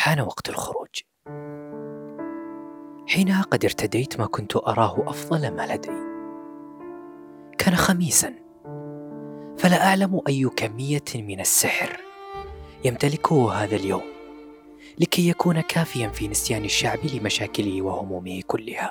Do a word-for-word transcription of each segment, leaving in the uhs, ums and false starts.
حان وقت الخروج. حينها قد ارتديت ما كنت أراه أفضل ما لدي. كان خميسا، فلا أعلم أي كمية من السحر يمتلكه هذا اليوم لكي يكون كافيا في نسيان الشعب لمشاكله وهمومه كلها،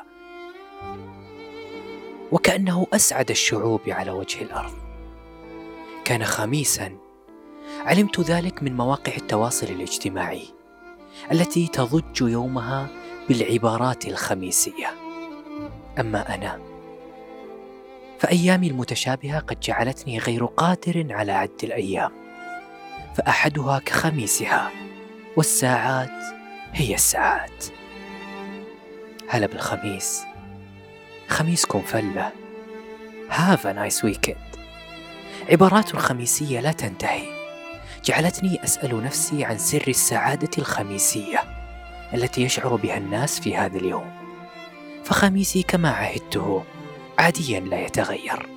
وكأنه أسعد الشعوب على وجه الأرض. كان خميسا، علمت ذلك من مواقع التواصل الاجتماعي التي تضج يومها بالعبارات الخميسية. أما أنا فأيامي المتشابهة قد جعلتني غير قادر على عد الأيام، فأحدها كخميسها، والساعات هي الساعات. هلا بالخميس، خميسكم فلة. Have a nice weekend. عبارات خميسية لا تنتهي جعلتني أسأل نفسي عن سر السعادة الخميسية التي يشعر بها الناس في هذا اليوم. فخميسي كما عهدته عاديا لا يتغير.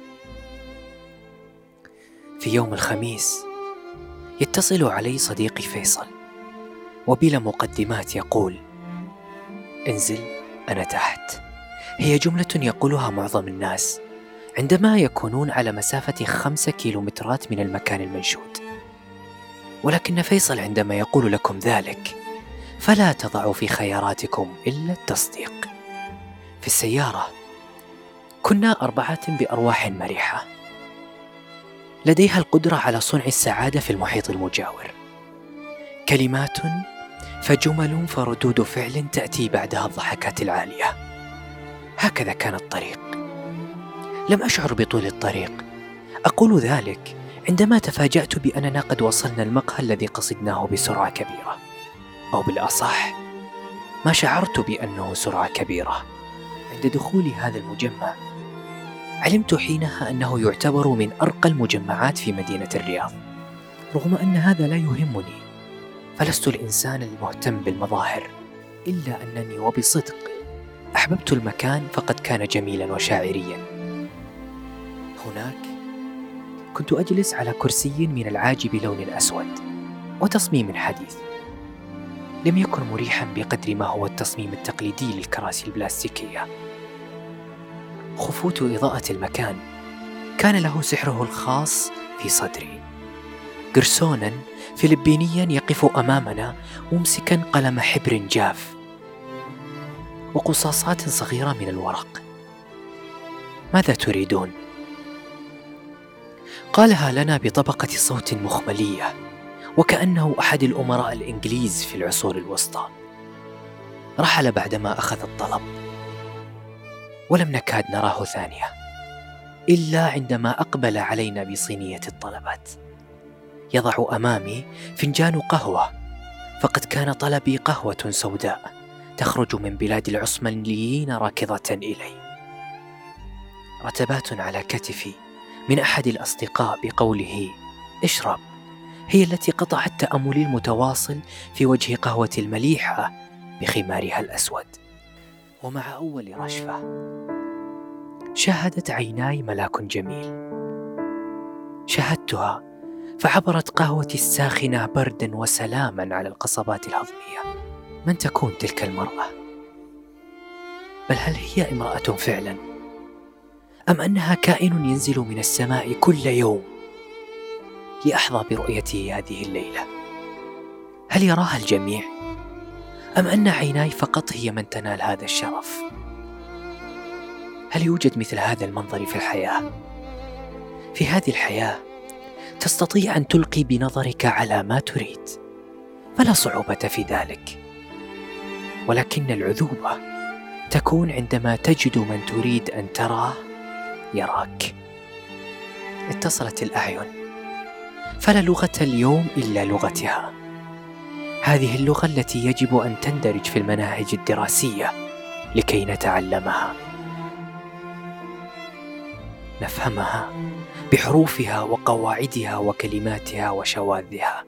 في يوم الخميس يتصل علي صديقي فيصل وبلا مقدمات يقول: انزل أنا تحت. هي جملة يقولها معظم الناس عندما يكونون على مسافة خمسة كيلومترات من المكان المنشود، ولكن فيصل عندما يقول لكم ذلك فلا تضعوا في خياراتكم إلا التصديق. في السيارة كنا أربعة بأرواح مرحة لديها القدرة على صنع السعادة في المحيط المجاور. كلمات فجمل فردود فعل تأتي بعدها الضحكات العالية. هكذا كان الطريق. لم أشعر بطول الطريق. أقول ذلك عندما تفاجأت بأننا قد وصلنا المقهى الذي قصدناه بسرعة كبيرة، أو بالأصح ما شعرت بأنه سرعة كبيرة. عند دخول هذا المجمع علمت حينها أنه يعتبر من أرقى المجمعات في مدينة الرياض، رغم أن هذا لا يهمني، فلست الإنسان المهتم بالمظاهر، إلا أنني وبصدق أحببت المكان، فقد كان جميلا وشاعريا. هناك كنت أجلس على كرسي من العاج بلون أسود وتصميم حديث. لم يكن مريحا بقدر ما هو التصميم التقليدي للكراسي البلاستيكية. خفوت إضاءة المكان كان له سحره الخاص في صدري. قرصونا فلبينيا يقف أمامنا ممسكا قلم حبر جاف وقصاصات صغيرة من الورق. ماذا تريدون؟ قالها لنا بطبقة صوت مخملية وكأنه أحد الأمراء الإنجليز في العصور الوسطى. رحل بعدما أخذ الطلب، ولم نكاد نراه ثانية إلا عندما أقبل علينا بصينية الطلبات. يضع أمامي فنجان قهوة، فقد كان طلبي قهوة سوداء تخرج من بلاد العثمانيين راكضة إلي. رتبات على كتفي من أحد الأصدقاء بقوله: اشرب، هي التي قطعت تأملي المتواصل في وجه قهوة المليحة بخمارها الأسود. ومع أول رشفة شاهدت عيناي ملاك جميل. شاهدتها فعبرت قهوتي الساخنة بردا وسلاما على القصبات الهضمية. من تكون تلك المرأة؟ بل هل هي امرأة فعلا؟ أم أنها كائن ينزل من السماء كل يوم لأحظى برؤيته هذه الليلة؟ هل يراها الجميع؟ أم أن عيناي فقط هي من تنال هذا الشرف؟ هل يوجد مثل هذا المنظر في الحياة؟ في هذه الحياة تستطيع أن تلقي بنظرك على ما تريد، فلا صعوبة في ذلك، ولكن العذوبة تكون عندما تجد من تريد أن تراه يراك. اتصلت الأعين، فلا لغة اليوم إلا لغتها. هذه اللغة التي يجب أن تندرج في المناهج الدراسية لكي نتعلمها، نفهمها بحروفها وقواعدها وكلماتها وشواذها.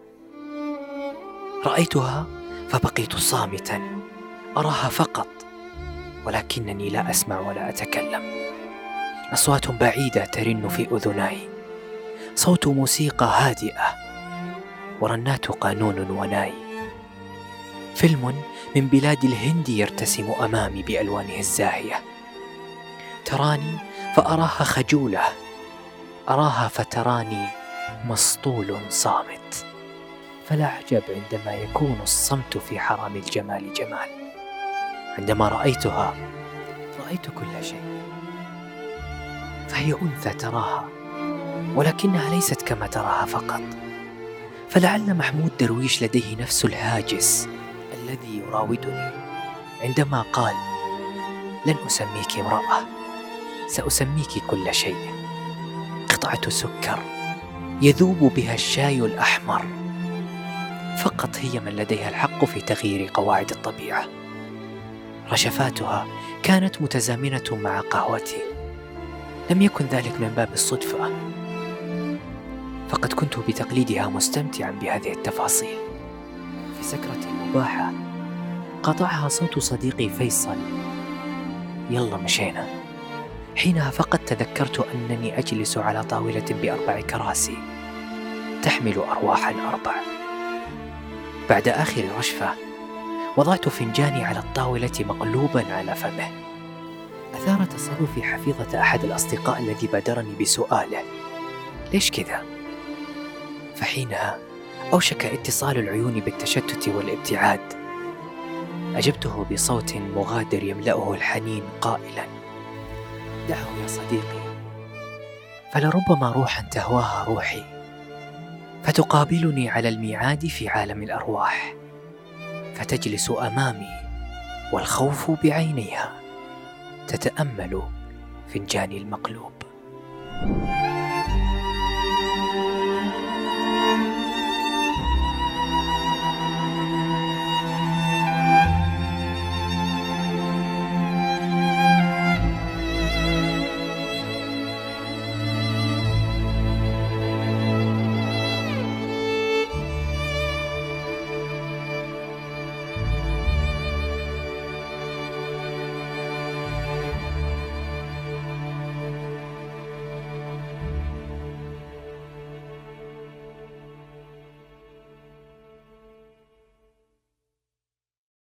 رأيتها فبقيت صامتا أراها فقط، ولكنني لا أسمع ولا أتكلم. أصوات بعيدة ترن في أذناي، صوت موسيقى هادئة ورنات قانون وناي. فيلم من بلاد الهند يرتسم أمامي بألوانه الزاهية. تراني فأراها خجولة، أراها فتراني مسطول صامت. فلا عجب عندما يكون الصمت في حرام الجمال جمال. عندما رأيتها رأيت كل شيء. فهي أنثى تراها، ولكنها ليست كما تراها فقط. فلعل محمود درويش لديه نفس الهاجس الذي يراودني عندما قال: لن أسميك امرأة، سأسميك كل شيء، قطعة سكر يذوب بها الشاي الأحمر. فقط هي من لديها الحق في تغيير قواعد الطبيعة. رشفاتها كانت متزامنة مع قهوتي. لم يكن ذلك من باب الصدفة، فقد كنت بتقليدها مستمتعا بهذه التفاصيل. في سكرة المباحة قطعها صوت صديقي فيصل: يلا مشينا. حينها فقط تذكرت أنني أجلس على طاولة بأربع كراسي تحمل أرواحا أربع. بعد آخر رشفة وضعت فنجاني على الطاولة مقلوبا على فمه. أثار تصرفي حفيظة أحد الأصدقاء الذي بادرني بسؤاله: ليش كذا؟ فحينها أوشك اتصال العيون بالتشتت والابتعاد. أجبته بصوت مغادر يملأه الحنين قائلا: دعه يا صديقي، فلربما روحا تهواها روحي فتقابلني على الميعاد في عالم الأرواح، فتجلس أمامي والخوف بعينيها تتأمل فنجاني المقلوب.